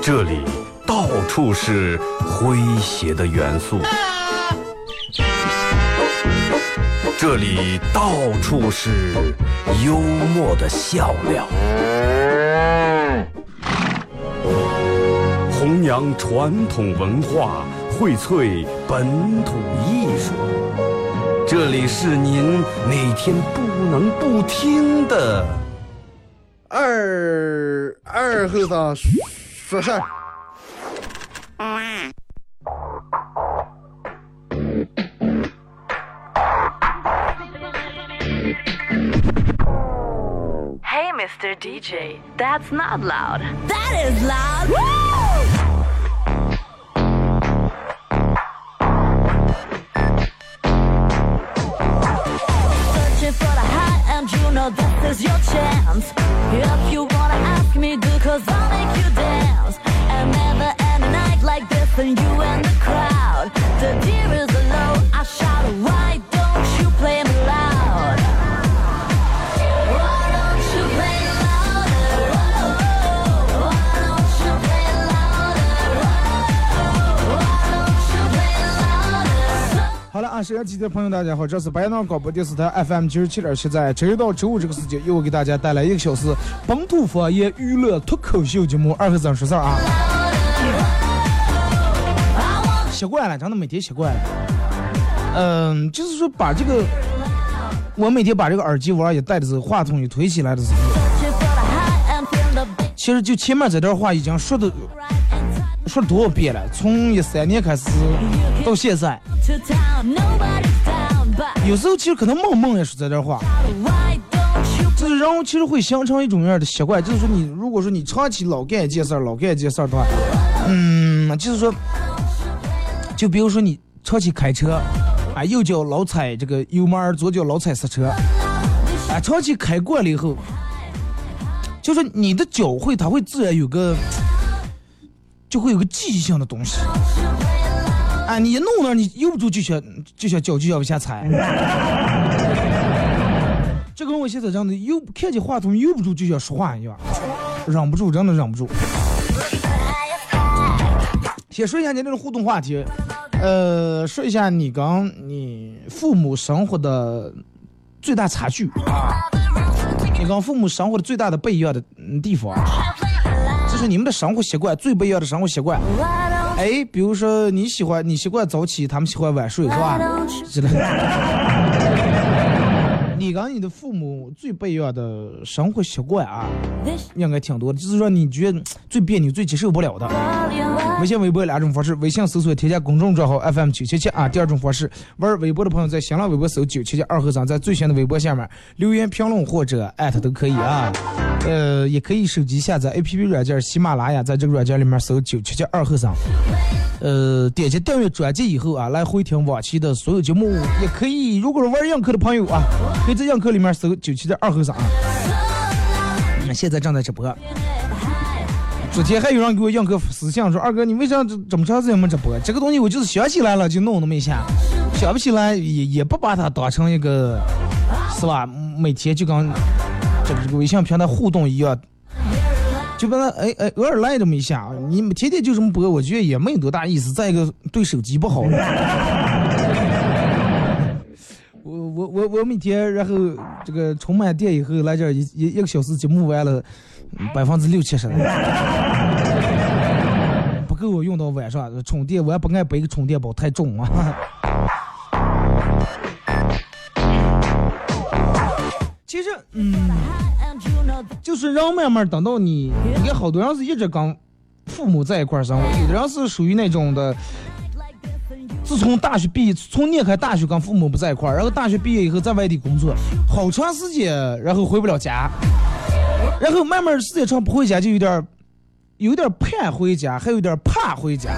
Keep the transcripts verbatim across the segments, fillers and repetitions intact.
这里到处是诙谐的元素，这里到处是幽默的笑料，弘扬传统文化，荟萃本土艺术。这里是您每天不能不听的二二后生说事儿。 Hey, Mister D J, that's not loud. That is loud. Woo! Searching for the high and you know this is your chance. If you wanna ask me, do cause I'll make you dance. And never end a night like this and you and the crowd. The deer is low, I shout, why don't you play me loud? Why don't you play louder? Why don't you play louder? Why don't you play louder? 好了啊，沈阳机的朋友大家好，这是白杨广播电视台 F M 九十七点七，在周一到周五这个时间，又给大家带来一个小时本土方言娱乐脱口秀节目二和三说事儿啊。习惯了，真的每天习惯了。嗯，就是说把这个，我每天把这个耳机玩也带的时候，话筒也推起来的时候，其实就前面这段话已经说的说了多少遍了，从一三年开始到现在，有时候其实可能梦梦也是这段话，就是人其实会形成一种样的习惯，就是说你如果说你长期老干一件事儿，老干一件事儿的话，嗯，就是说。就比如说你长期开车，啊，右脚老踩这个油门，左脚老踩刹车，啊，长期开惯了以后，就是你的脚会，它会自然有个，就会有个记忆性的东西，啊，你一弄那你悠不住就想就想脚就要往下踩，这跟我现在这样的悠看见话筒悠不住就想说话一样，忍不住，真的忍不住。先说一下你这种互动话题，呃，说一下你跟你父母生活的最大差距啊，你跟父母生活的最大的不一样的地方，就是你们的生活习惯最不一样的生活习惯。哎，比如说你喜欢你习惯早起，他们喜欢晚睡，是吧？是的。你跟你的父母最不一样的生活习惯啊，应该挺多的，就是说你觉得最别扭、最接受不了的。微信、微博两种方式，微信搜索添加公众账号 F M 九七七啊。第二种方式，玩微博的朋友在新浪微博搜九七七二和尚，在最新的微博下面留言评论或者艾特都可以啊。呃，也可以手机下载 A P P 软件喜马拉雅，在这个软件里面搜九七七二和尚。呃，点击订阅专辑以后啊，来回听往期的所有节目，也可以。如果是玩映客的朋友啊，可以在映客里面搜九七七二和尚啊。那现在正在直播。昨天还有人给我映客私信说：“二哥，你为啥这么长时间没直播？”这个东西我就是想起来了就弄那么一下，想不起来也也不把它当成一个，是吧？每天就跟这个这个微信平台互动一样。就把它哎哎偶尔来这么一下，你们天天就这么播，我觉得也没有多大意思。再一个对手机不好。我我我我每天然后这个充满电以后来这一一一个小时节目完了，百分之六七十不够我用到晚上充电，我也不爱背个充电宝太重啊。其实嗯。就是让慢慢等到你，你看好多人是一直跟父母在一块儿生活，有的人是属于那种的，自从大学毕业，从念开大学跟父母不在一块儿，然后大学毕业以后在外地工作，好长时间，然后回不了家，然后慢慢时间长不回家，就有点，有点盼回家，还有点怕回家。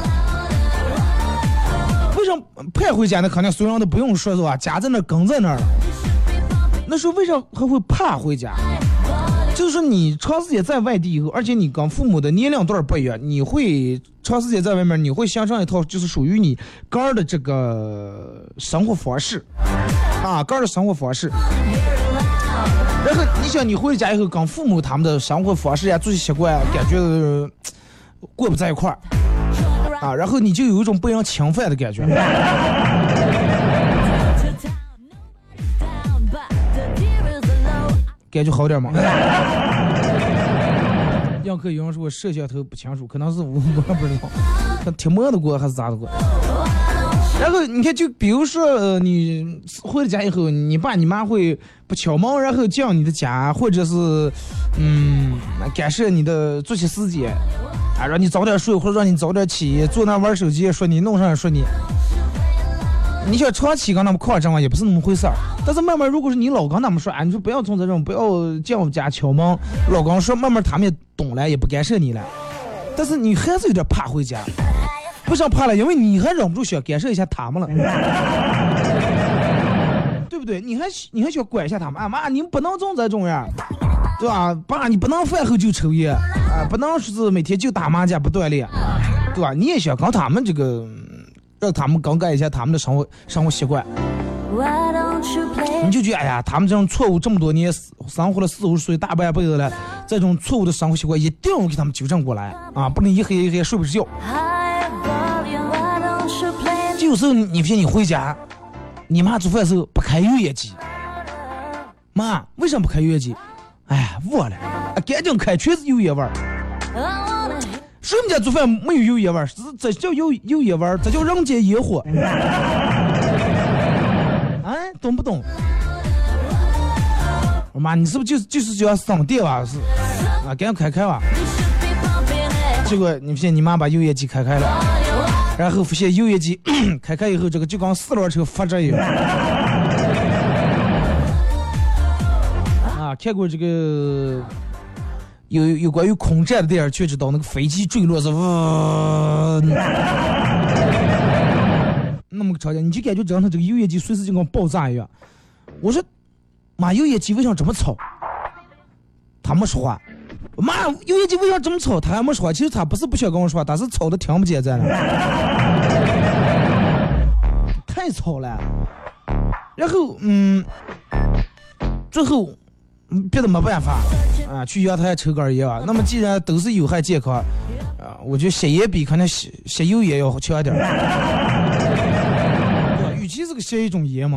为什么盼回家呢？肯定所有人都不用说是吧？家在那梗在那儿了，那时候为啥还会怕回家？就是说你长时间在外地以后，而且你跟父母的年龄段不一样，你会长时间在外面，你会形成一套就是属于你个人的这个生活方式啊，个人的生活方式。然后你想你回家以后跟父母他们的生活方式呀、作息习惯，感觉过不在一块儿啊，然后你就有一种被人侵犯的感觉。感觉好点吗？杨克有人说摄像头不清楚，可能是我我不知道，他挺摸的过还是咋的过。然后你看，就比如说、呃、你回了家以后，你爸你妈会不敲门，然后叫你的家，或者是嗯干涉你的作息时间啊，让你早点睡，或者让你早点起，坐那玩手机，说你弄上说你。你想长期跟他们抗争啊，也不是那么回事儿。但是慢慢，如果是你老跟他们说，啊，你说不要从这种，不要进我们家敲门，老公说，慢慢他们也懂了，也不干涉你了。但是你还是有点怕回家，为啥怕了？因为你还忍不住想干涉一下他们了，对不对？你还你还想管一下他们啊？妈，你们不能总这种呀，对吧？爸，你不能饭后就抽烟啊，不能是每天就打麻将不锻炼，对吧？你也想跟他们这个。让他们更改一下他们的生活生活习惯，你就觉得哎呀，他们这种错误这么多年，生活了四五十岁大半辈子了，这种错误的生活习惯一定要给他们纠正过来啊！不能一黑一黑睡不着觉。就有时候你骗你回家，你妈做饭的时候不开油烟机，妈为什么不开油烟机？哎呀，忘了，赶紧开，全是油烟味儿。谁们家做饭没有油烟味儿？这叫油油烟味儿，这叫人间烟火。哎，懂不懂？我妈，你是不是就是就是就要省电吧？是啊，赶紧开开吧。结果你发现你妈把油烟机开开了，然后发现油烟机开开以后，这个就跟四轮车发着一样。啊，看过这个。有有关于空战的电影，却知道那个飞机坠落是哇，那么个场景，你就感觉这样，它这个油烟机随时就跟爆炸一样。我说，妈，油烟机为什么这么吵？他没说话。妈，油烟机为什么这么吵？他还没说话。其实他不是不想跟我说话，他是吵的听不见在了，太吵了。然后嗯，最后。别的没办法啊，去阳台抽根烟啊。那么既然都是有害健康啊，我觉得吸烟比可能吸吸油烟要强一点。对，与其是个吸一种烟嘛。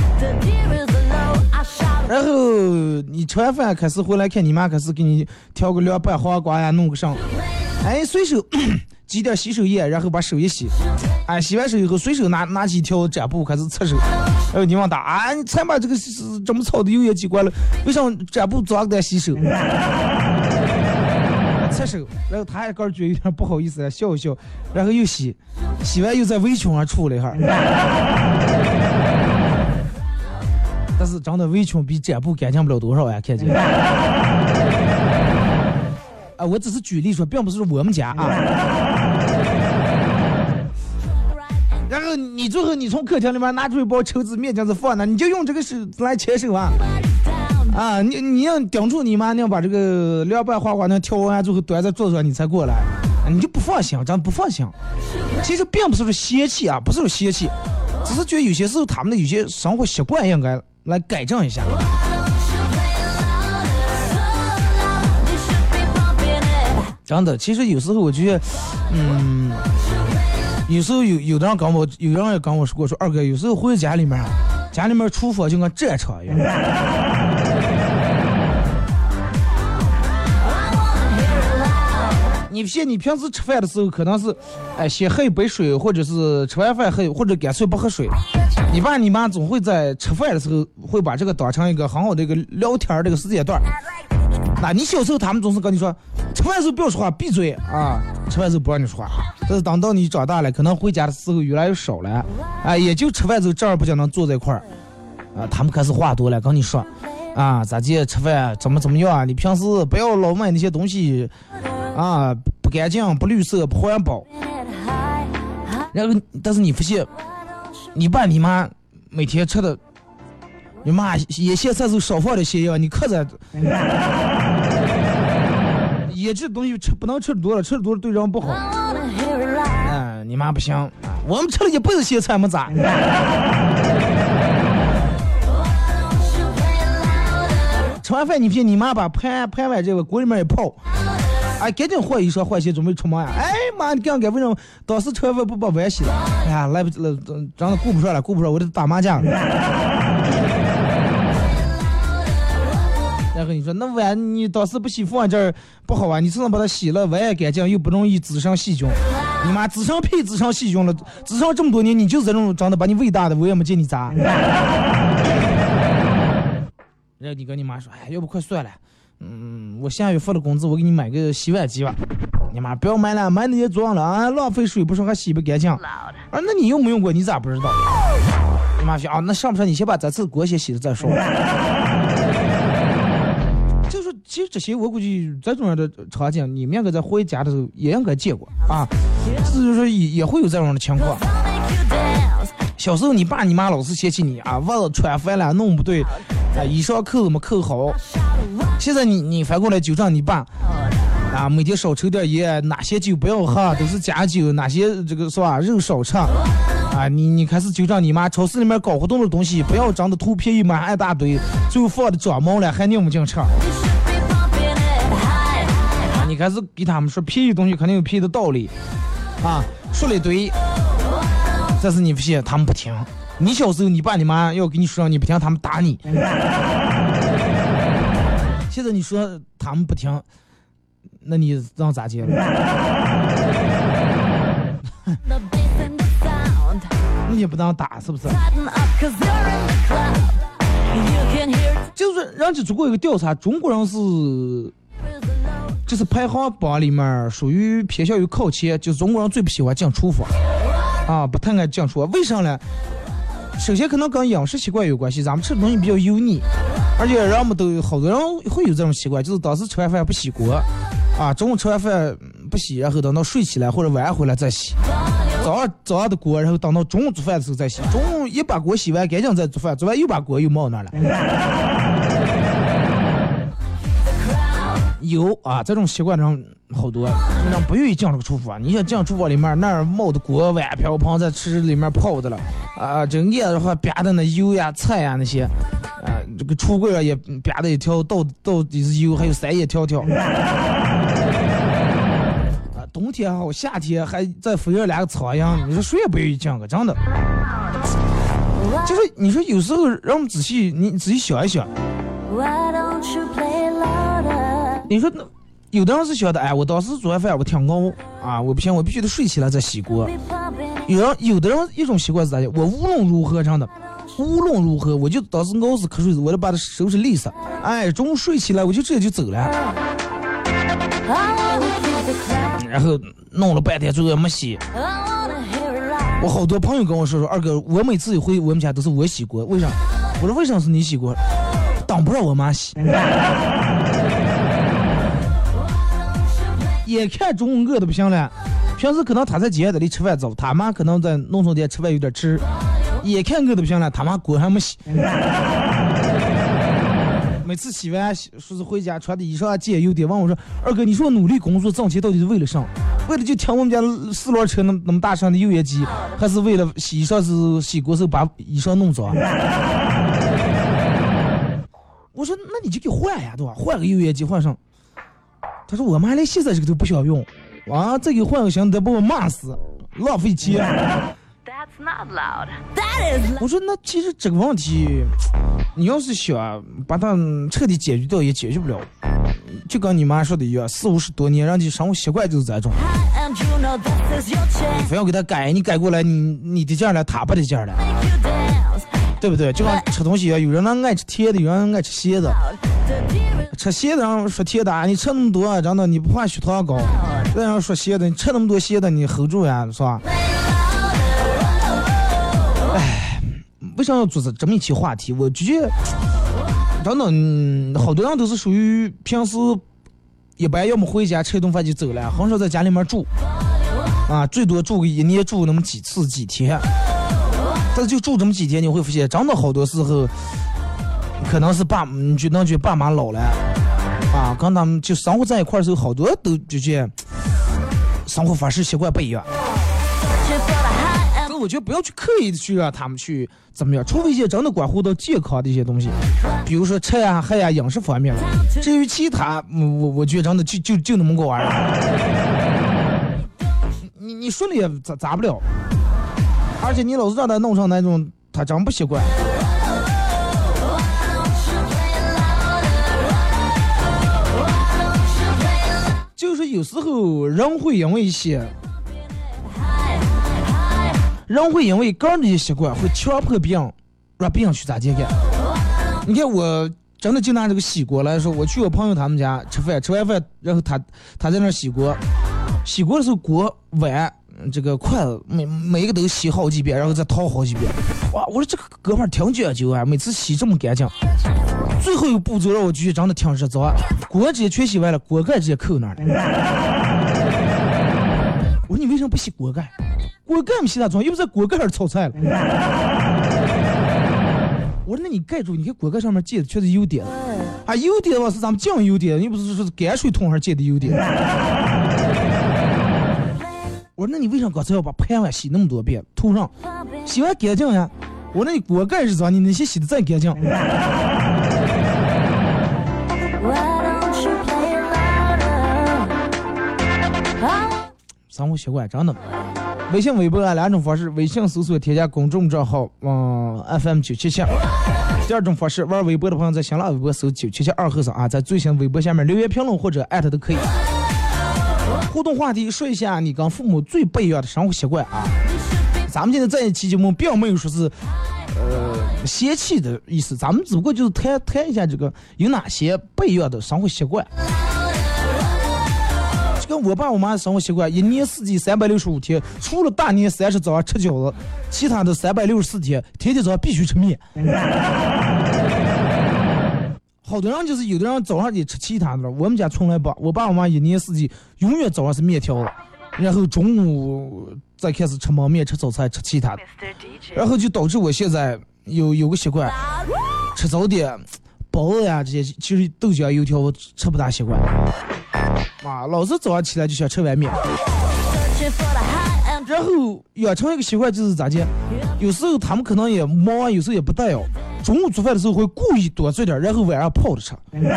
然后你吃完饭开始回来看你妈开始给你挑个凉拌黄瓜呀，弄个上，哎，随手挤点洗手液，然后把手一洗，哎，洗完手以后随手拿拿起一条展布开始擦手。哎呦，你往打啊！你才把这个这么糙的油烟机关了，为什么展布脏得洗手？擦手，然后他还刚觉得有点不好意思，笑一笑，然后又洗，洗完又在围裙上杵了一下。但是真的围裙比展布干净不了多少呀，看见。啊，我只是举例说，并不是我们家啊。然后你最后你从客厅里面拿出一包抽子面这样子放那，你就用这个手来切手啊啊！你你要顶住你妈，你要把这个凉拌花花那挑完最后端在桌子上你才过来，你就不放心，真不放心。其实并不是说嫌弃啊，不是说嫌弃，只是觉得有些时候他们的有些生活习惯应该来改正一下。真的，其实有时候我觉得，嗯。有时候有有的人跟我，有人也跟我说过，说二哥有时候回家里面，家里面厨房就跟战场一样。你现你平时吃饭的时候可能是，哎，先喝一杯水，或者是吃完饭喝，或者干脆不喝水。你爸你妈总会在吃饭的时候会把这个当成一个很好的一个聊天这个时间段。那你小时候他们总是跟你说，吃饭的时候不要说话，闭嘴啊！吃饭的时候不让你说话。但是等到你长大了，可能回家的时候越来越少了，啊，也就吃饭的时候正儿不讲能坐在一块儿，啊，他们开始话多了，跟你说，啊，咋地吃饭怎么怎么样啊？你平时不要老买那些东西，啊，不干净、不绿色、不环保。然后，但是你发现，你爸你妈每天吃的。你妈也现在是少放点泻药，你可着也这东西吃不能吃多了，吃多了对人不好。嗯，你妈不行，我们吃了一辈子咸菜没咋。吃完饭你骗你妈把盘盘碗这个锅里面一泡， 哎，赶紧换衣裳换鞋准备出门呀！哎妈，你干干为什么当时吃完饭不把碗洗了？哎呀，来不及了，真的顾不上了，顾不上，我得打麻将了。然后你说那碗你当时不洗放这儿不好啊，你只能把它洗了，碗也干净，又不容易滋生细菌。你妈滋生屁滋生细菌了，滋生这么多年，你就是这种长得把你伟大的，我也没见你咋。然后你跟你妈说，哎，要不快算了，嗯，我下月付了工资，我给你买个洗碗机吧。你妈不要买了，买那些装了啊，浪费水不说还洗不干净。啊，那你用没用过？你咋不知道？你妈说啊，那上不上你先把这次锅先洗了再说。就是说，其实这些我估计这种样的场景，你们两个在回家的时候也应该见过啊，就是说也也会有这种的情况。小时候你爸你妈老是嫌弃你啊，袜子穿反了弄不对，啊，衣裳扣子没扣好。现在你你反过来纠正你爸啊，每天少抽点烟，哪些酒不要喝，都是假酒，哪些这个是吧，肉少吃啊。你你开始纠正你妈，超市里面搞活动的东西不要长得图便宜买一大堆，最后放的长毛了还拧不进吃。啊，你开始给他们说便宜的东西肯定有便宜的道理啊，说了一堆。但是你不信，他们不听。你小时候，你爸你妈要跟你说，你不听，他们打你。现在你说他们不听，那你让咋接了？你也不当打，是不是？就是人家做过一个调查，中国人是，就是排行榜里面属于偏向于靠前，就是中国人最不喜欢进厨房。啊，不太爱这样说，为啥呢？首先可能跟饮食习惯有关系，咱们吃的东西比较油腻，而且人们都有好多人会有这种习惯，就是当时吃完饭不洗锅，啊，中午吃完饭不洗，然后等到睡起来或者晚上回来再洗，早上早上的锅，然后等到中午做饭的时候再洗，中午一把锅洗完赶紧再做饭，做完又把锅又冒那儿了。有啊，这种习惯上好多，让不愿意进这个厨房。你想进厨房里面那儿冒的锅碗瓢盆在吃里面泡的了，啊，这叶的话啪的那油呀菜呀那些，啊，这个橱柜也啪的一条到到底是油，还有三叶条条。啊，冬天好，夏天还再飞着两个苍蝇，你说谁也不愿意进个，真的。就是你说有时候让我们仔细你仔细想一想。你说有的人是晓得，哎，我当时做完饭我挺熬啊，我不行，我必须得睡起来再洗锅。有人有的人一种习惯是咋的，我无论如何真的，无论如何我就当时熬死瞌睡，我得把它收拾利索。哎，中午睡起来我就直接就走了，然后弄了半天最后也没洗。我好多朋友跟我说说，二哥，我每次回我们家都是我洗锅，为啥？我说为啥是你洗锅？当不让我妈洗。也看中午饿的不行了，平时可能他在街里吃饭早，他妈可能在农村店吃饭有点吃，也看饿的不行了，他妈锅还没洗。每次洗完说是回家穿的衣裳借有点问我说，二哥你说我努力工作挣钱到底是为了啥？为了就听我们家四轮车那么那么大声的油烟机，还是为了洗衣裳是洗锅时候把衣裳弄脏？我说那你就给换呀，对吧？换个油烟机换上。他说我们还连现在这个都不想用，啊，这个换个行得把我骂死，浪费钱。我说那其实这个问题，你要是想把它彻底解决掉也解决不了，就跟你妈说的一样，四五十多年，人家生活习惯就是这种。你非要给他改，你改过来，你你得劲儿了，他不得劲儿了，对不对？就跟吃东西一样，有人爱吃甜的，有人爱吃咸的。吃咸的人说甜的，你吃那么多，真的你不怕血糖高？那人说咸的，你吃那么多咸的，你 hold 住呀，是吧？哎，为啥要做这这么一期话题？我觉得真的、嗯，好多人都是属于平时一般要么回家吃一顿饭就走了，很少在家里面住啊，最多住个一年住那么几次几天。但是就住这么几天，你会发现真的好多时候。可能是爸，你就能觉得爸妈老了，啊，跟他们就生活在一块的时候，好多都就觉得生活方式习惯不一样。 我觉得不要去刻意的去让他们去怎么样，除非一些真的关乎到健康的一些东西，比如说吃呀、喝呀、饮食方面了。至于其他，我我觉得真的就就就那么个玩意儿，你你说了也咋咋不了，而且你老是让他弄成那种，他真不习惯。就是有时候人会因为一些。人会因为个人的一些习惯，会强迫别人让别人去咋地干。你看，我真的就拿这个洗锅来说，我去我朋友他们家吃饭，吃完饭，然后他他在那洗锅，洗锅的时候锅碗这个筷子每每一个都洗好几遍，然后再掏好几遍。哇，我说这个哥们儿挺讲究啊，每次洗这么干净。最后一个步骤让我觉得真的挺热糟，锅直接全洗完了，锅盖直接扣那儿了。我说你为什么不洗锅盖？锅盖没洗咋装？又不在锅盖上炒菜了。我说那你盖住，你看锅盖上面接的全是油点，啊油点的话是咱们酱油点，又不是说是泔水桶上接的油点。我说那你为什么刚才要把盘碗洗那么多遍？涂上，洗完干净呀。我说那你锅盖是咋？你那些洗的再干净。生活习惯真的。微信、微博啊两种方式，微信搜索添加公众账号，嗯 F M 九七七。第二种方式，玩微博的朋友在新浪微博搜九七七二和尚啊，在最新微博下面留言评论或者艾特都可以。互动话题，说一下你跟父母最不一样的生活习惯啊。咱们现在在一期节目并没有说是呃嫌弃的意思，咱们只不过就是谈谈一下这个有哪些不一样的生活习惯。跟我爸我妈的生活习惯，一年四季三百六十五天，除了大年三十早上吃饺子，其他的三百六十四天，天天早上必须吃面。好多人就是有的人早上也吃其他的，我们家从来不，我爸我妈一年四季永远早上是面条，然后中午再开始吃焖面、吃早餐、吃其他的，然后就导致我现在有有个习惯，吃早点。包子呀，这些其实豆浆油条我吃不大习惯啊，老是早上起来就想吃碗面，然后养成一个习惯就是咋的，有时候他们可能也忙，有时候也不带哦，中午做饭的时候会故意多做点，然后晚上泡着吃。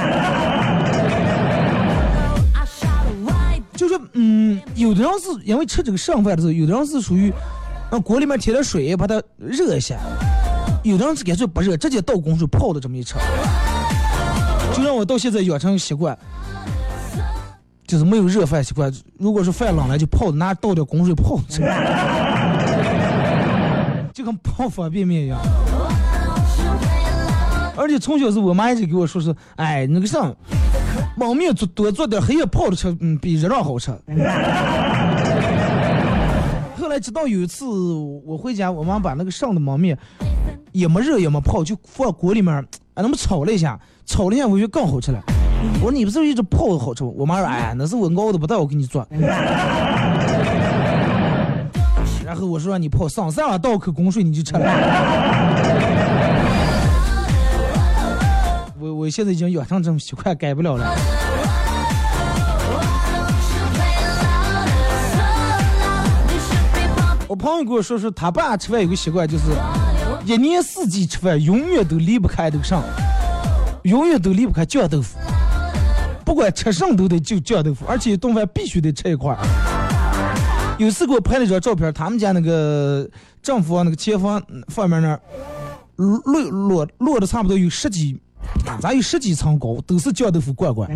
就是嗯，有的人是因为吃这个剩饭的时候，有的人是属于让锅里面添点水把它热一下。有的人是干脆不热，直接倒滚水泡的这么一吃，就让我到现在养成习惯，就是没有热饭习惯。如果是饭冷了，就泡的拿倒点滚水泡着，就跟泡方便面一样。而且从小是我妈一直给我说是，哎，那个啥，焖面做多做点黑夜泡着吃，嗯，比热让好吃。后来直到有一次我回家，我妈把那个剩的焖面。也没热也没泡，就放锅里面，啊，那么炒了一下，炒了一下我觉得更好吃了。我说你不是一直泡的好吃吗？我妈说哎，那是我熬的不带我给你做。然后我说让你泡上三碗倒口滚水你就吃了。我我现在已经养成这种习惯，改不了了。我朋友跟我说说他爸吃饭有个习惯，就是一年四季吃饭永远都离不开这个上，永远都离不开酱豆腐，不管吃什么都得就酱豆腐，而且一顿饭必须得吃一块。有次给我拍了一张照片，他们家那个政府那个前方方面那儿落落落的差不多有十几，咱有十几层高，都是酱豆腐罐罐。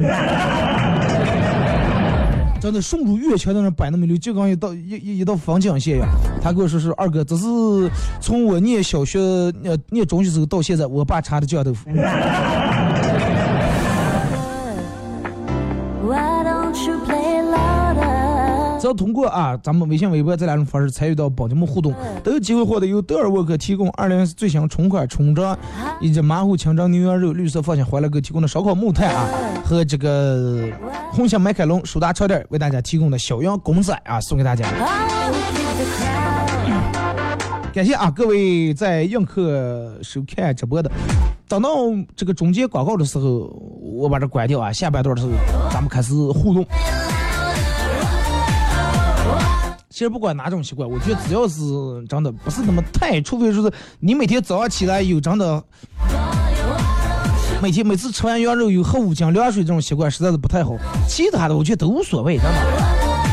真的顺着月球在那摆那么溜，就刚一到一一一道风景线呀。他跟我说是二哥，这是从我念小学、呃念中学时候到现在，我爸查的酱豆腐。只要通过啊，咱们微信、微博这两种方式参与到宝节目互动，都有机会获得由德尔沃克提供二零最新春款春装，以及马虎清蒸牛羊肉、绿色放心欢乐哥提供的烧烤木炭啊，和这个红星麦凯龙苏打超店为大家提供的小羊公仔啊，送给大家。感谢啊各位在映客收看直播的。等到这个中间广告的时候，我把这关掉啊，下半段的时候咱们开始互动。 其实不管哪种习惯，我觉得只要是真的不是那么太，除非说是你每天早上起来有真的，每天每次吃完羊肉有喝五斤凉水这种习惯，实在是不太好。其他的我觉得都无所谓，真的。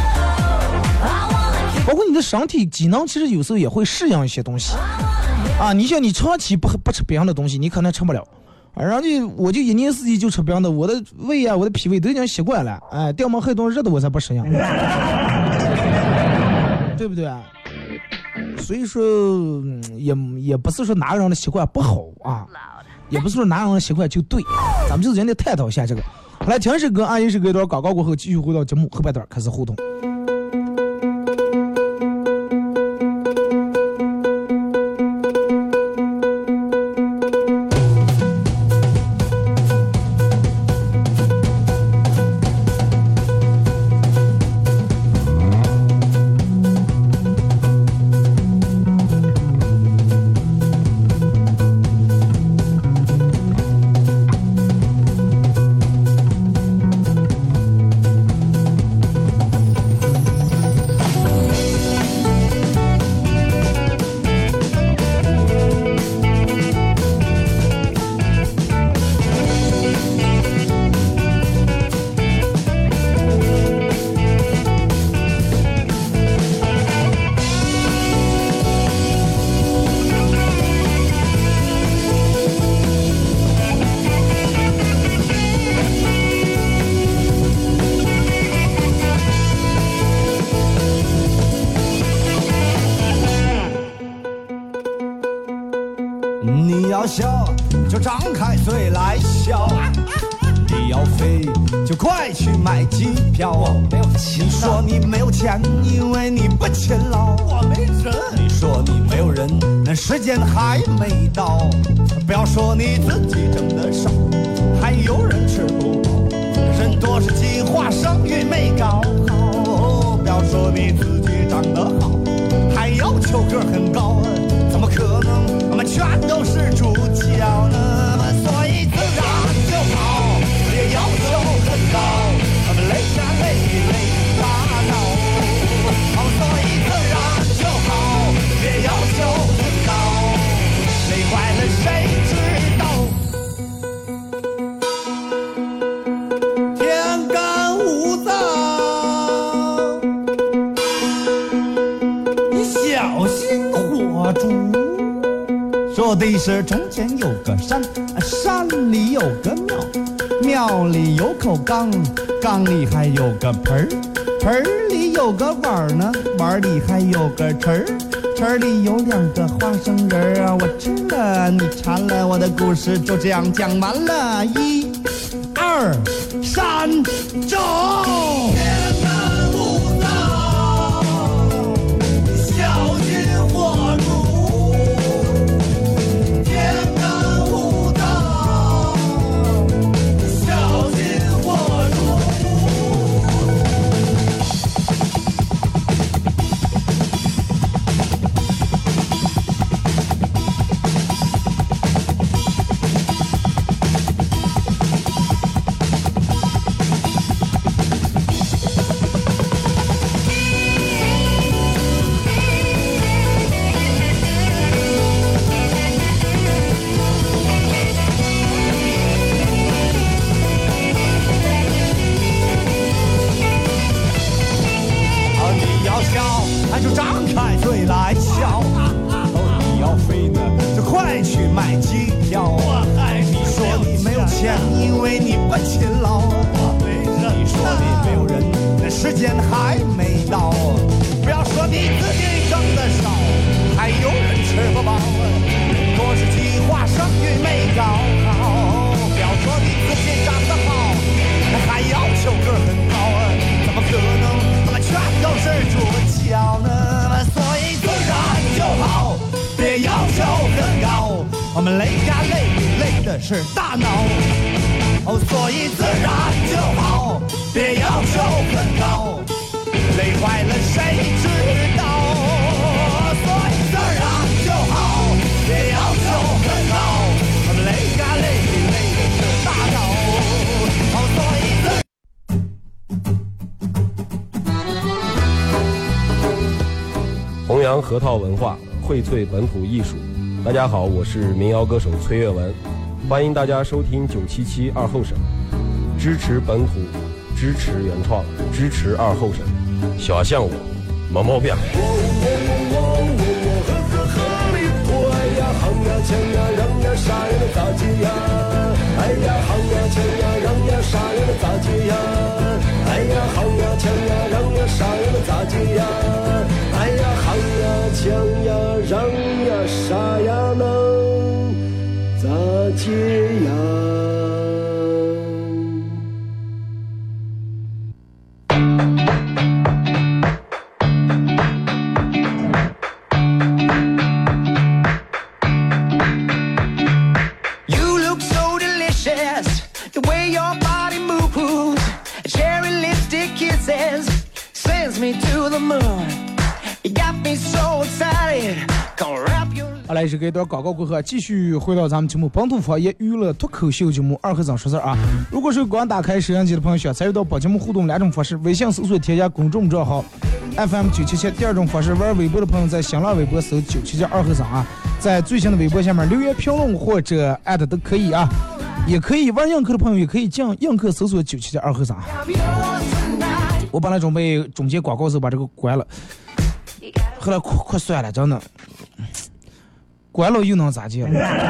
包括你的身体机能，其实有时候也会适应一些东西啊。你像你长期不不吃冰的东西，你可能吃不了。啊，然后就我就一年四季就吃冰的，我的胃啊，我的脾胃都已经习惯了。哎，掉毛黑洞热的我才不适应，对不对？所以说，嗯、也也不是说哪个人的习惯不好啊，也不是说哪个人的习惯就对，咱们就是人家探讨一下这个。来，听首歌，安一首歌一段广告过后，继续回到节目后半段开始互动。 你要笑就张开嘴来笑，你要飞就快去买机票。我没有钱，你说你没有钱，因为你不勤劳。我没人，你说你没有人，那时间还没到。不要说你自己挣得少，还有人吃不饱。人多是计划生育没搞好。不要说你自己长得好，还要求个很高，怎么可能？我们全都是主角呢，所以自然就好，别要求很高，我们累下累累大脑。所以自然就好，别要求很高，累坏了谁知道？天干物燥，你小心火烛。说的是从前有个山，山里有个庙，庙里有口缸，缸里还有个盆儿，盆儿里有个碗呢，碗里还有个匙儿，匙儿里有两个花生仁儿啊，我吃了你馋了，我的故事就这样讲完了。一、二、三，走！是大脑，哦，所以自然就好，别要求很高，累坏了谁知道？所以自然就好，别要求很高，我们累呀累累的是大脑，哦，所以自。 扬核桃文化，荟萃本土艺术。大家好，我是民谣歌手崔月文，欢迎大家收听九七七二后省，支持本土，支持原创，支持二后省。小像我，没毛病。行呀抢呀让呀杀呀那咋接呀？哎呀行呀抢呀让呀杀呀那咋接呀？哎呀行呀抢呀让呀杀呀那咋接呀？哎呀行呀抢呀让呀杀呀能咋接呀？ 好来，是给一段广告过后，继续回到咱们节目本土方言娱乐脱口秀节目二和尚说事儿啊。如果是刚打开摄像机的朋友，想参与到本节目互动两种方式：微信搜索添加公众账号 F M 九七七；第二种方式，玩微博的朋友在新浪微博搜九七七二和尚啊，在最新的微博下面留言评论或者艾特都可以啊。也可以玩映客的朋友也可以将映客搜索九七七二和尚。我本来准备中间广告时候把这个关了，后来快快算了，真的。关了又能咋地了？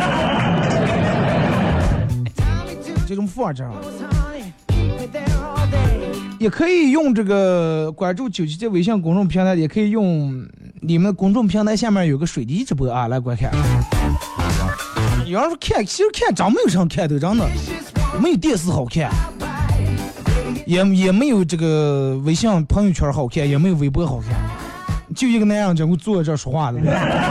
这种放这也可以用这个关注九七七微信公众平台，也可以用你们公众平台下面有个水滴直播啊，来观看。有人说看，其实看真没有啥看的，真的没有电视好看，也也没有这个微信朋友圈好看，也没有微博好看，就一个男人在我坐在这儿说话的。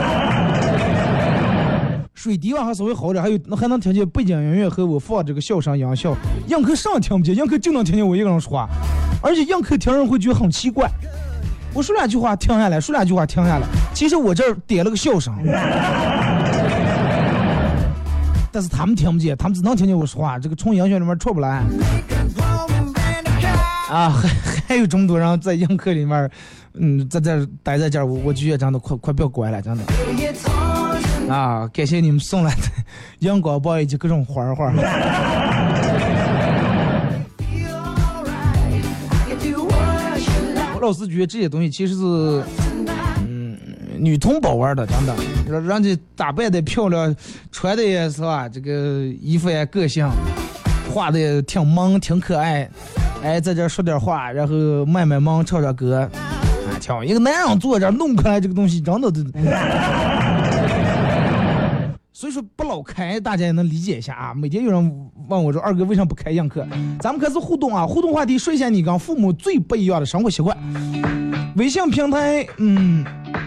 水滴网还稍微好点，还有还能听见背景音乐和我放这个笑声音效。映客上听不见，映客就能听见我一个人说话，而且映客听人会觉得很奇怪。我说两句话停下来，说两句话停下来，其实我这儿点了个笑声，但是他们听不见，他们只能听见我说话，这个从音乐里面出不来。啊，还还有这么多人在映客里面，嗯，在这待在这儿，我我就觉得真的快快不要乖了，真的。啊，感谢你们送来的阳光包以及各种花花。我老是觉得这些东西其实是，嗯，女同胞玩的，真的，人家打扮的漂亮，穿的也是吧，这个衣服也个性，画的也挺萌，挺可爱，哎，在这说点话，然后卖卖萌，唱唱歌，啊，挺好。一个男人坐这弄开这个东西，真的。所以说不老开，大家也能理解一下啊。每天有人问我说：“二哥为什么不开映客？”咱们开始互动啊！互动话题说一下你跟父母最不一样的生活习惯。微信平台，嗯，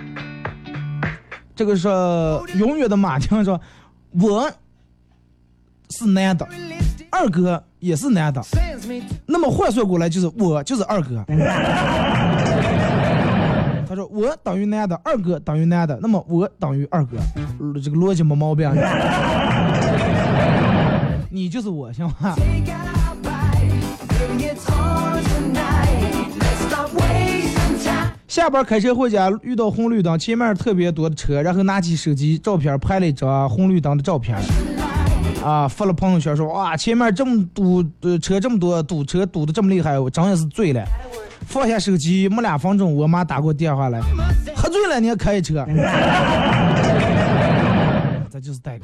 这个是永远的马丁说：“我是男的，二哥也是男的，那么换算过来就是我就是二哥。”他说我等于男的，二哥等于男的，那么我等于二哥，这个逻辑没毛病。你就是我，行吧？下班开车回家，遇到红绿灯，前面特别多的车，然后拿起手机照片拍了一张红绿灯的照片，啊，发了朋友圈说哇，前面这么堵，呃，车这么多，堵车堵得这么厉害，我真的是醉了。放下手机没两分钟，我妈打过电话来，喝醉了你还开车？这就是代沟。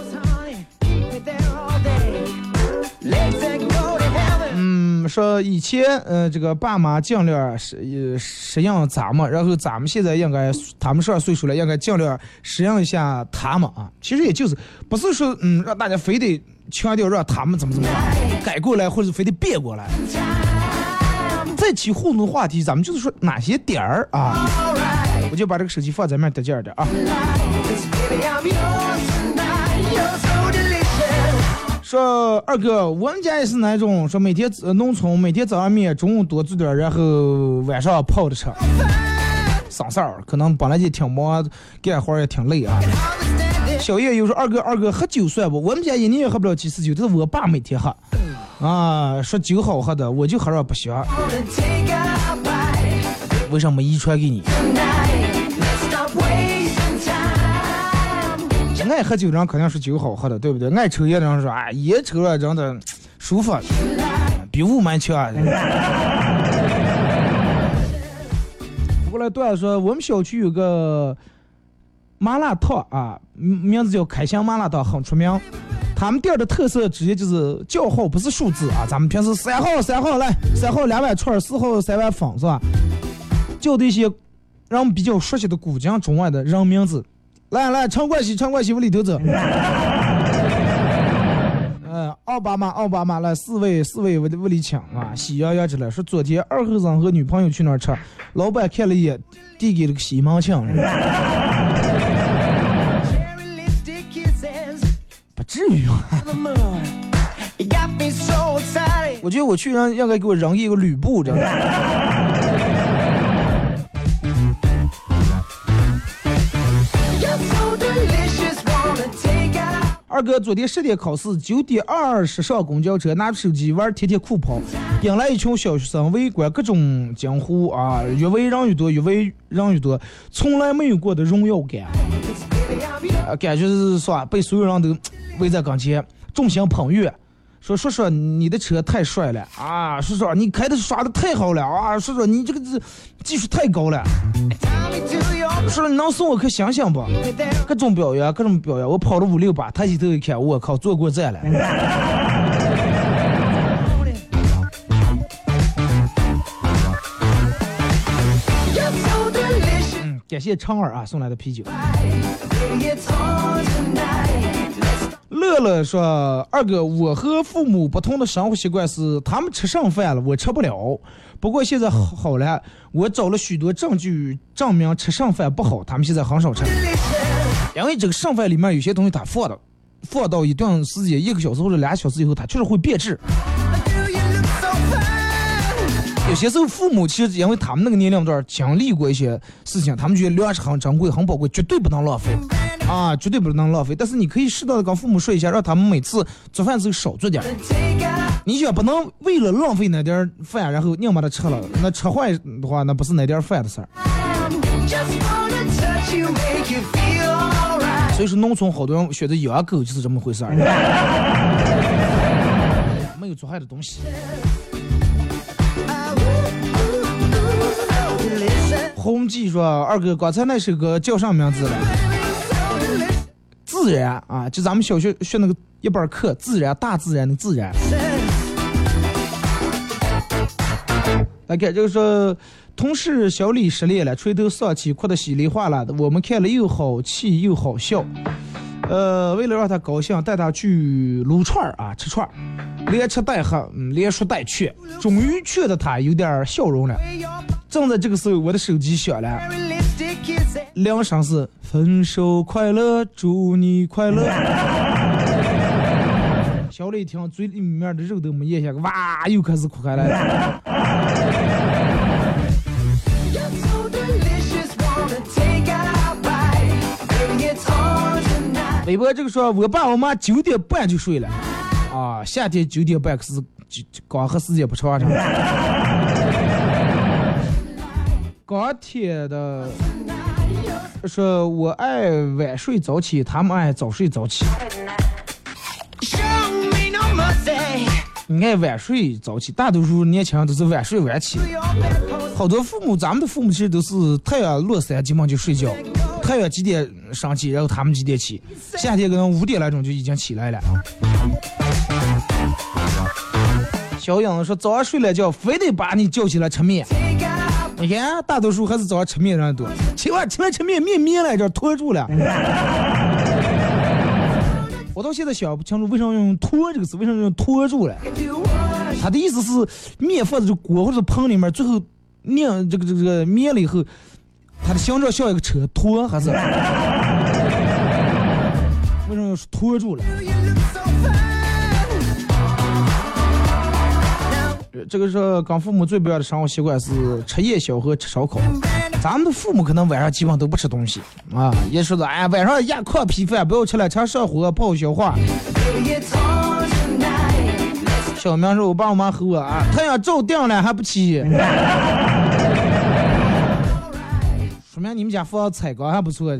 嗯，说以前呃这个爸妈尽量适适应咱们，然后咱们现在应该他们上岁数了，应该尽量适应一下他们啊。其实也就是不是说嗯让大家非得强调让他们怎么怎么样改过来，或者非得变过来。这期互动话题咱们就是说哪些点儿啊，我就把这个手机放在面得劲儿点啊。说二哥，我们家也是那种说每天农村每天早上面中午多做点，然后晚上泡的车省事儿，可能本来就挺忙，干活也挺累啊。小叶又说二哥二哥喝酒算不？我们家一年也喝不了几次酒，但是我爸每天喝啊，说酒好喝的，我就喝着不行。为什么遗传给你？ 爱喝酒的人肯定是酒好喝的，对不对？爱抽烟的人说啊，烟抽了真的舒服，比雾霾强。过来段子说，我们小区有个麻辣烫啊，名字叫开箱麻辣烫，很出名。他们店的特色直接就是叫号不是数字啊，咱们平时三号三号来，三号两碗串，四号三碗粉是吧？叫的一些让我们比较熟悉的古今中外的人名字。来来，陈冠希，陈冠希往里头走。呃，奥巴马，奥巴马，来四位，四位我的屋里请啊，喜洋洋之类。说昨天二后生和女朋友去那儿吃，老板看了一眼，递给了个西门庆。不至于啊。我觉得我去让应该给我扔一个吕布这样。二哥昨天十点考试，九点二十上公交车，拿着手机玩贴贴酷跑，引来一群小学生围观，各种惊呼啊，越围人越多，越围人越多，从来没有过的荣耀感，啊、感觉是说被所有人都围在跟前，众星捧月，说说说你的车太帅了啊，说说你开的耍的太好了啊，说说你这个技术太高了。说你能送我颗星星不？各种表扬，各种表扬。我跑了五六把，抬起头一看，我靠，坐过站了。嗯，感谢昌儿啊送来的啤酒。乐乐说：“二哥，我和父母不同的生活习惯是，他们吃剩饭了，我吃不了。不过现在好了，我找了许多证据证明吃剩饭不好，他们现在很少吃。因为这个剩饭里面有些东西它放的，放到一段时间，一个小时或者俩小时以后，它确实会变质。有些时候父母其实因为他们那个年龄段经历过一些事情，他们觉得粮食很珍贵、很宝贵，绝对不能浪费。”啊，绝对不能浪费，但是你可以适当的跟父母说一下，让他们每次做饭时候少做点。你也不能为了浪费那点饭，然后硬把它吃了，那吃坏的话，那不是那点饭的事儿。所以说，农村好多人选择养狗就是这么回事儿，没有做坏的东西。红记说：“二哥，刚才那首歌叫啥名字了？”自然啊，就咱们小学学那个一本课，自然，大自然的自然。来看这个说，同事小李失恋了，垂头丧气，哭得稀里哗啦的。我们看了又好气又好笑。呃，为了让他高兴，带他去撸串啊，吃串，连吃带喝，嗯，连说带劝，终于劝得他有点笑容了。正在这个时候，我的手机响了。铃声是分手快乐，祝你快乐。小磊一听，嘴里面的肉都没咽下，哇，又开始哭开了。微博这个说，我爸我妈九点半就睡了，啊，夏天九点半可是刚和时间不长。钢铁的说，我爱晚睡早起，他们爱早睡早起。你爱晚睡早起，大多数年轻人都是晚睡晚起。好多父母，咱们的父母其实都是太阳落山基本就睡觉，太阳几点上起，然后他们几点起。夏天可能五点来钟就已经起来了。小影说，早上睡了觉，非得把你叫起来吃面。你看，大多数还是早上吃面人多，起晚起来吃面，面面来着拖住了。我到现在想不清楚为什么用拖这个词，为什么用拖住了？他的意思是面放在这锅或者盆里面，最后酿这个这个面了以后，它的形状像一个车拖，还是为什么是拖住了？这个是跟父母最不一样的生活习惯是吃夜宵和吃烧烤。咱们的父母可能晚上基本都不吃东西啊，也说的哎，晚上压炕皮饭不要吃了，吃上火不好消化。小明说，我爸我妈和我啊，太阳照定了还不起。 说明你们家房采光还不错。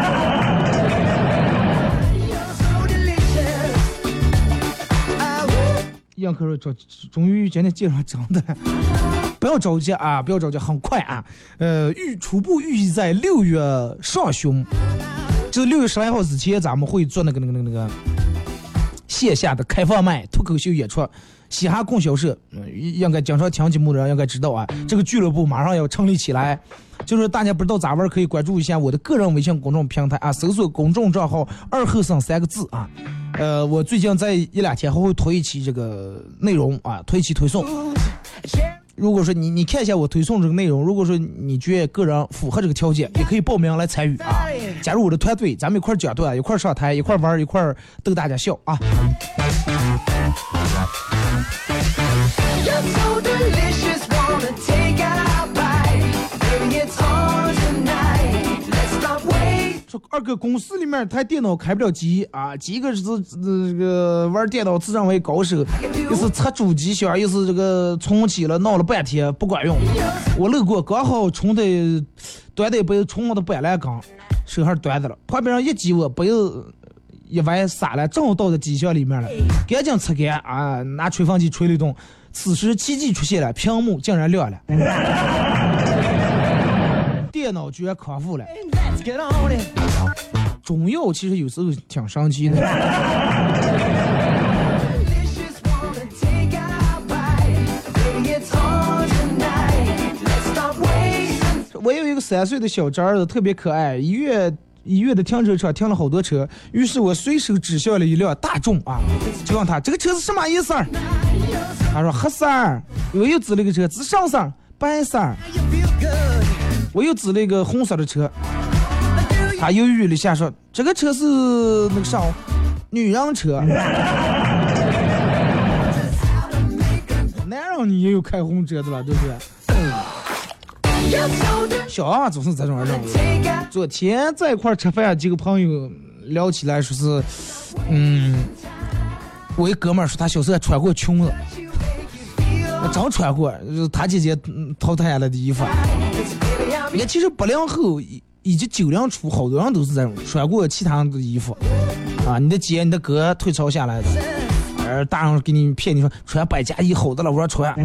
杨科说：“终终于今天介绍真的，不要着急啊，不要着急，很快啊。呃，预初步预计在六月上旬，就是六月十来号之前，咱们会做那个那个那个那个线下的开放麦脱口秀演出。嘻哈供销社，嗯，应该经常听节目的人应该知道啊，这个俱乐部马上要成立起来。就是大家不知道咋玩，可以关注一下我的个人微信公众平台啊，搜索公众账号二后生三个字啊。呃，我最近在一两天后会推一期这个内容啊，推一期推送。如果说你你看一下我推送这个内容，如果说你觉得个人符合这个条件，也可以报名来参与啊，加入我的团队，咱们一块讲段，一块上台，一块玩，一块逗大家笑啊。说二哥公司里面台电脑开不了机啊，几个是这个玩电脑自认为高手，又是插主机箱，又是这个重启了闹了半天不管用。我路过刚好冲的端的杯冲的板蓝缸，手还端的了，旁边人一挤我杯一歪洒了，正好倒在机箱里面了，赶紧擦干啊，拿吹风机吹了一动。此时奇迹出现了，屏幕竟然亮了。电脑居然康复了。中药其实有时候挺神奇的。我有一个三岁的小侄儿子，特别可爱。医院医院的停车场停了好多车，于是我随手指向了一辆大众啊，就问他这个车是什么颜色？他说黑色。我又指了一个车，紫上色、白色。我又指了一个红色的车，他犹豫了一下说这个车是那个啥女人车。男人你也有开红车的了，对不对？小娃娃总是这种人。昨天在一块吃饭，几个朋友聊起来说是嗯，我一哥们儿说他小时候穿过裙子，真穿过，就是他姐姐淘汰下来的衣服。你看，其实八零后以及九零初，好多人都是这种穿过其他人的衣服啊。你的姐、你的哥退潮下来的，而大人给你骗你说穿百家衣好的了，我说穿。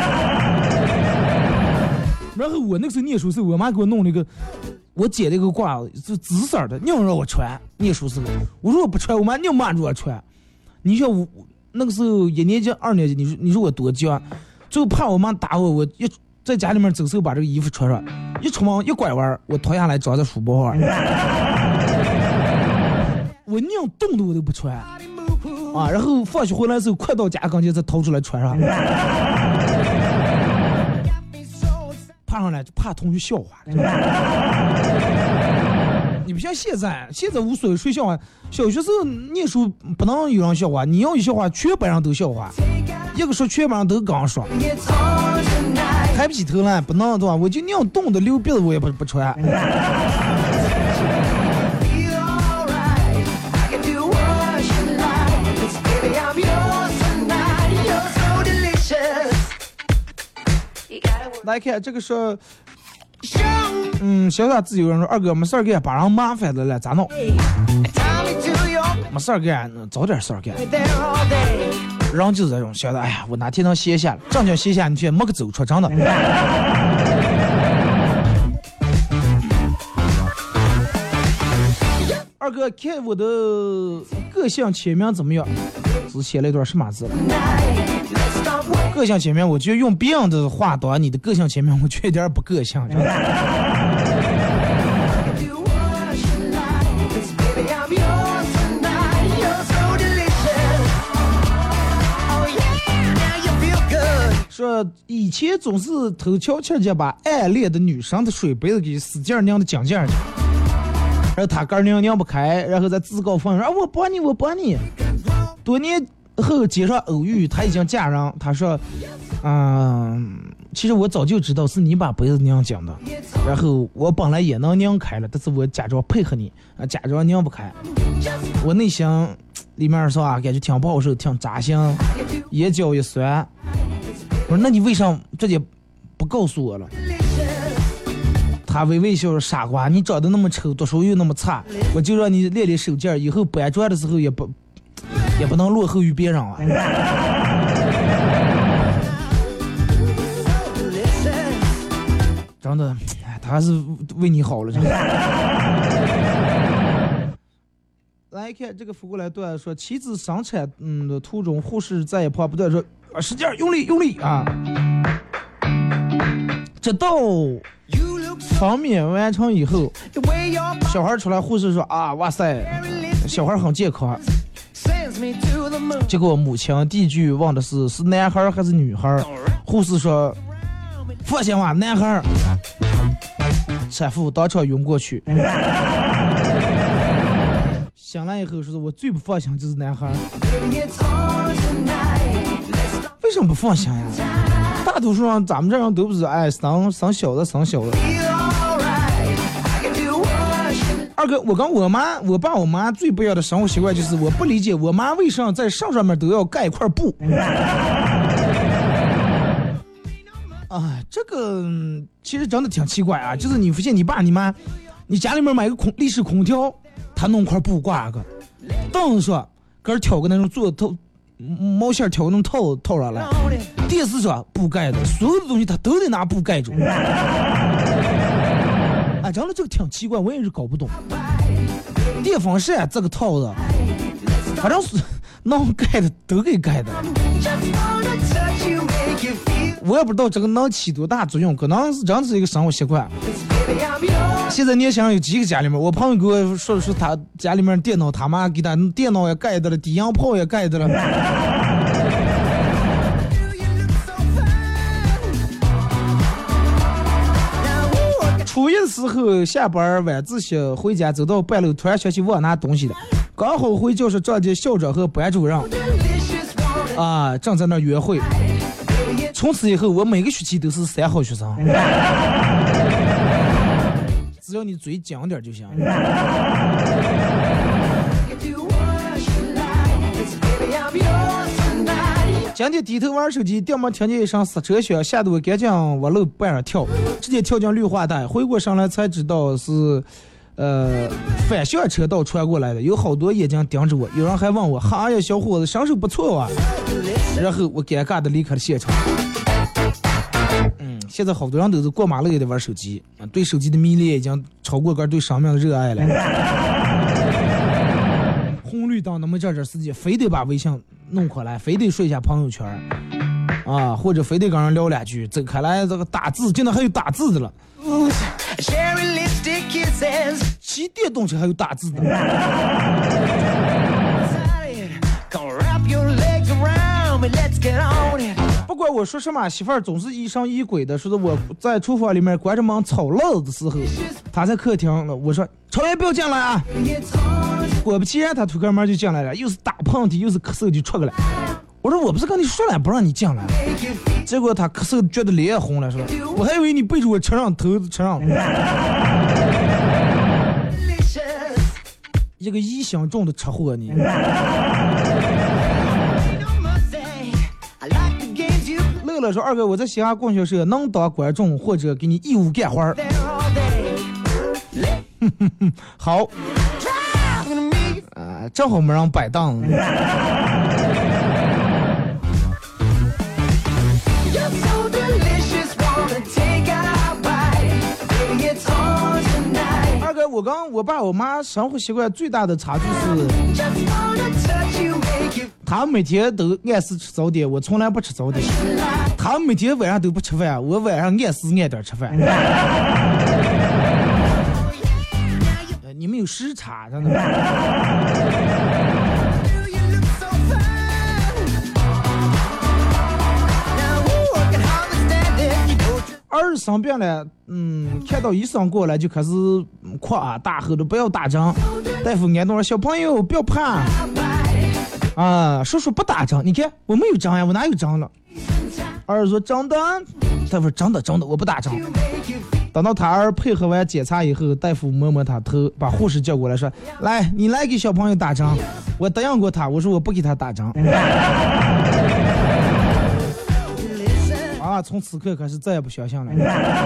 然后我那个时候念书时，我妈给我弄了一个，我姐那个褂子紫色的，硬让我穿。念书时，我说我不穿，我妈硬骂着我穿。你说我那个时候一年级、二年级，你说你说我多犟，就怕我妈打我，我一在家里面走时候把这个衣服穿上，一出门一拐弯，我脱下来装在书包上。我宁动的我都不穿啊，然后放学回来的时候，快到家刚才再掏出来穿上。怕上来就怕同学笑话。你不像现在，现在无所谓谁笑话。小学时候念书不能有人笑话，你要一笑话，全班上都笑话。一个说全班上都刚说，抬不起头来，不能对吧？我就那样冻的流鼻子，我也不不穿。来看这个说，嗯，小小自由人说，二哥没事儿干，把人麻烦了了，咋弄？没事儿干，早点事儿干。人就是这种小的，哎呀，我哪天能歇下了？正经歇下，你却没个走出，真的。二哥，看我的个性签名怎么样？只写了一段什么字了？个性签名，我觉得用别人的话当你的个性签名，我觉得有点不个性。说以前总是偷悄悄地把暗恋的女生的水杯子给使劲拧的讲劲去，然后他哥拧拧不开，然后再自告奋勇说、啊、我帮你我帮你。多年后街上偶遇，他已经嫁人，他说嗯，其实我早就知道是你把杯子拧紧的，然后我本来也能拧开了，但是我假装配合你啊，假装拧不开。我内心里面说啊，感觉挺不好受，挺扎心，眼角一酸。我说那你为啥这也不告诉我了？ 他微微笑说：“傻瓜，你长得那么丑，读书又那么差，我就让你练练手劲儿，以后搬砖的时候也不也不能落后于别人啊。”真的，他还是为你好了，真的。来看这个扶过来段说，妻子生产嗯的途中，护士在一旁不断说：“啊，使劲儿，用力，用力啊！”直到分娩完成以后，小孩出来，护士说：“啊，哇塞，小孩很健康。”结果母亲第一句问的是是男孩还是女孩，护士说：“放心吧，男孩。”产妇当场晕过去。醒来以后说：“我最不放心就是男孩。”为什么不放心呀？大多数人咱们这样都不是哎生生小的生小的。二哥，我跟我妈我爸我妈最不一样的生活习惯就是，我不理解我妈为什么在上上面都要盖一块布。啊，这个其实真的挺奇怪啊！就是你发现你爸你妈，你家里面买个空立式空调，他弄块布挂个，凳子上给挑个那种做套毛线挑个那种套套上来，电视上布盖的，所有的东西他都得拿布盖住。哎，真的这个挺奇怪，我也是搞不懂。电风扇这个套子，反正是能盖的都给盖的。我也不知道这个能起多大作用，可能是真是一个生活习惯。现在年轻人有几个家里面，我朋友给我说的是他家里面电脑，他妈给他电脑也盖的了，低音炮也盖的了。初一的时候下班晚自习回家，走到半路突然想起忘拿东西了，刚好回教室撞见校长和班主任啊正在那约会。从此以后我每个学期都是三好学生，只要你嘴讲点就行。今天低头玩手机，掉门听见一声刹车响，吓得我赶紧往路板上跳，直接跳进绿化带。回过神来才知道是，呃，反向车道穿过来的，有好多眼睛盯着我，有人还问我：“哈呀，小伙子，身手不错啊！”然后我尴尬的离开了现场。嗯，现在好多人都是过马路也得玩手机，对手机的迷恋已经超过个对生命的热爱了。红绿灯那么这这时间，非得把微信弄过来，非得说一下朋友圈啊，或者非得跟人聊两句，走开来这个打字，现在还有打字的了。骑电动车还有打字的。不管我说什么，媳妇儿总是疑神疑鬼的，说的我在厨房里面关着门炒烙的时候，她在客厅了。我说抽烟不要进来啊！果不其然，他推开门就进来了，又是打喷嚏，又是咳嗽就出来了。我说我不是跟你说了不让你进来，结果他咳嗽觉得脸红了，说我还以为你背着我承让头承让。一个异想中的车祸你。乐乐说二哥，我在西安供销社能当观众或者给你义务干活儿。好。啊，正好没让摆档。二哥，我跟我爸我妈生活习惯最大的差距是，他们每天都按时吃早点，我从来不吃早点。他们每天晚上都不吃饭，我晚上按时按点吃饭。你们有时差，真的。儿生病了，嗯，看到医生过来就开始夸大吼的不要打针，大夫安顿小朋友不要怕啊，叔叔不打针，你看我没有针呀，我哪有针了？儿说真的，大夫真的真的我不打针。等到他儿配合完检查以后，大夫摸摸他头，把护士叫过来说：“来，你来给小朋友打针。”我答应过他，我说我不给他打针。啊， 爸从此刻开始再也不相信了。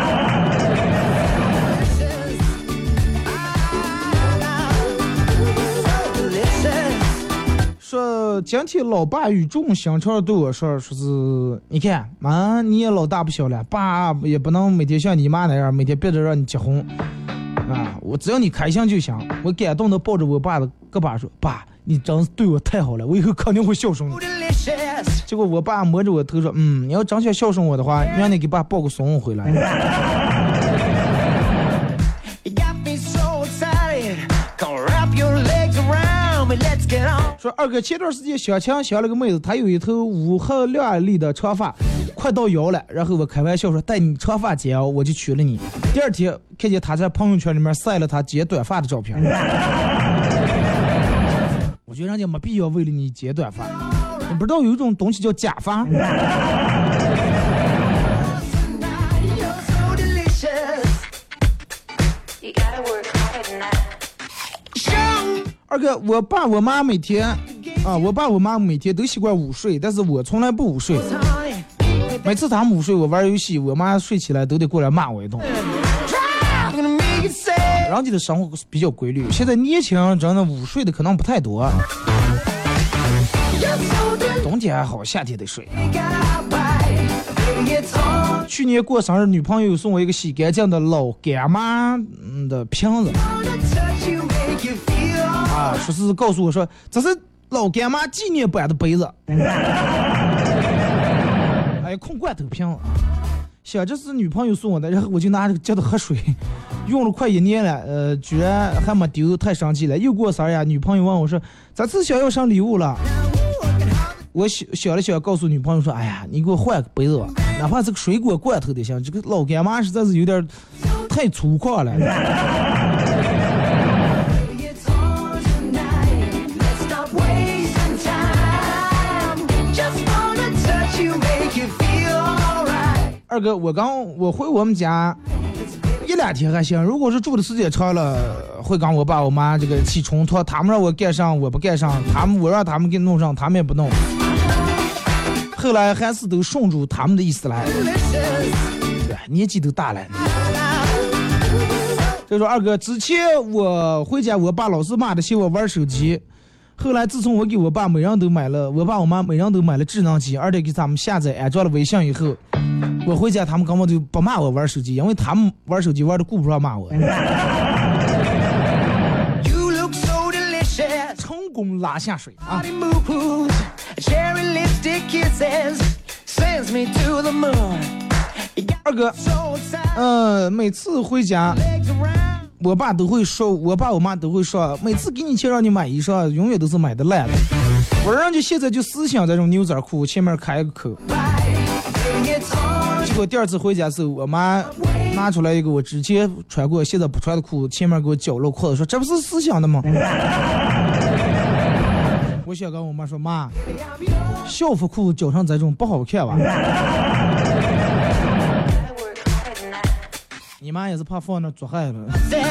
说今天老爸语重心长对我说，说是你看妈你也老大不小了，爸也不能每天像你妈那样每天憋着让你结婚啊，我只要你开心就行。我感动的抱着我爸的胳膊说，爸你真是对我太好了，我以后肯定会孝顺你。结果我爸摸着我头说，嗯，你要真想孝顺我的话，让你给爸抱个孙子回来。说二哥前段时间小强小了个妹子，她有一头乌黑亮丽的长发，快到腰了，然后我开玩笑说带你长发剪哦，我就娶了你。第二天看见她在朋友圈里面晒了她剪短发的照片。我觉得人家没必要为了你剪短发，你不知道有一种东西叫假发。二哥，我爸我妈每天啊，我爸我妈每天都习惯午睡，但是我从来不午睡。每次他们午睡，我玩游戏，我妈睡起来都得过来骂我一顿。人家的生活比较规律，现在年轻人真的午睡的可能不太多。冬天还好，夏天得睡。去年过生日，女朋友送我一个洗干净的老干妈的瓶子。啊，说是告诉我说这是老干妈纪念版的杯子。哎，空罐头瓶子。想这是女朋友送我的，然后我就拿这个接着喝水，用了快一年了，呃，居然还没丢，太生气了。又过生日呀，女朋友问我说这次想要上礼物了。我想想了想，告诉女朋友说，哎呀，你给我换个杯子吧，哪怕是个水果罐头的行，这个老干妈实在是有点太粗犷了。二哥，我刚我回我们家一两天还行，如果是住的时间长了，会跟我爸我妈这个起冲突，他们让我干上我不干上，他们我让他们给弄上，他们也不弄。后来还是都顺住他们的意思来，对，年纪都大了。就说二哥，之前我回家，我爸老是骂的嫌我玩手机。后来自从我给我爸每人都买了，我爸我妈每人都买了智能机，而且给他们下载安装了微信以后，我回家他们根本就不骂我玩手机，因为他们玩手机玩的顾不上骂我。成功拉下水啊！二哥，呃，每次回家我爸都会说，我爸我妈都会说，每次给你钱让你买衣裳，永远都是买的烂的。我说人家现在就思想这种牛仔裤前面开个口。结果第二次回家的时候，我妈拿出来一个我之前穿过现在不穿的裤，前面给我绞了裤子，说这不是思想的吗？我想跟我妈说，妈，校服裤绞成这种不好看吧？你妈也是怕放那做害了。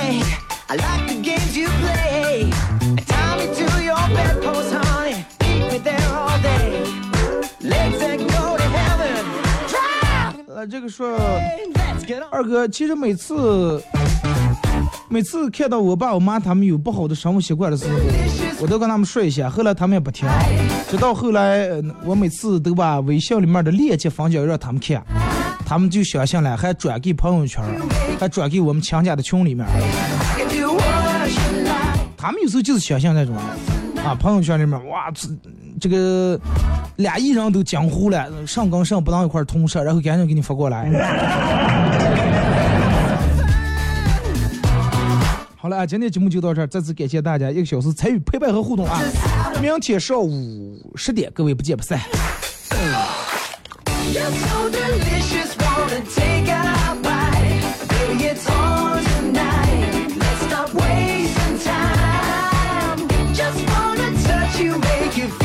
呃，这个说二哥，其实每次每次看到我爸我妈他们有不好的生活习惯的时候，我都跟他们说一下，后来他们也不听，直到后来我每次都把微信里面的链接放脚让他们看，他们就相信了，还转给朋友圈，还转给我们强家的群里面。他们有时候就是相信那种啊，朋友圈里面哇，这这个俩艺人都江湖了，上纲上不当一块通杀，然后赶紧给你发过来。好了，今天节目就到这儿，再次感谢大家一个小时参与陪伴和互动啊！明天上午十点，各位不见不散。You're so delicious, wanna take a bite. Baby, it's on tonight. Let's stop wasting time. Just wanna touch you, make you feel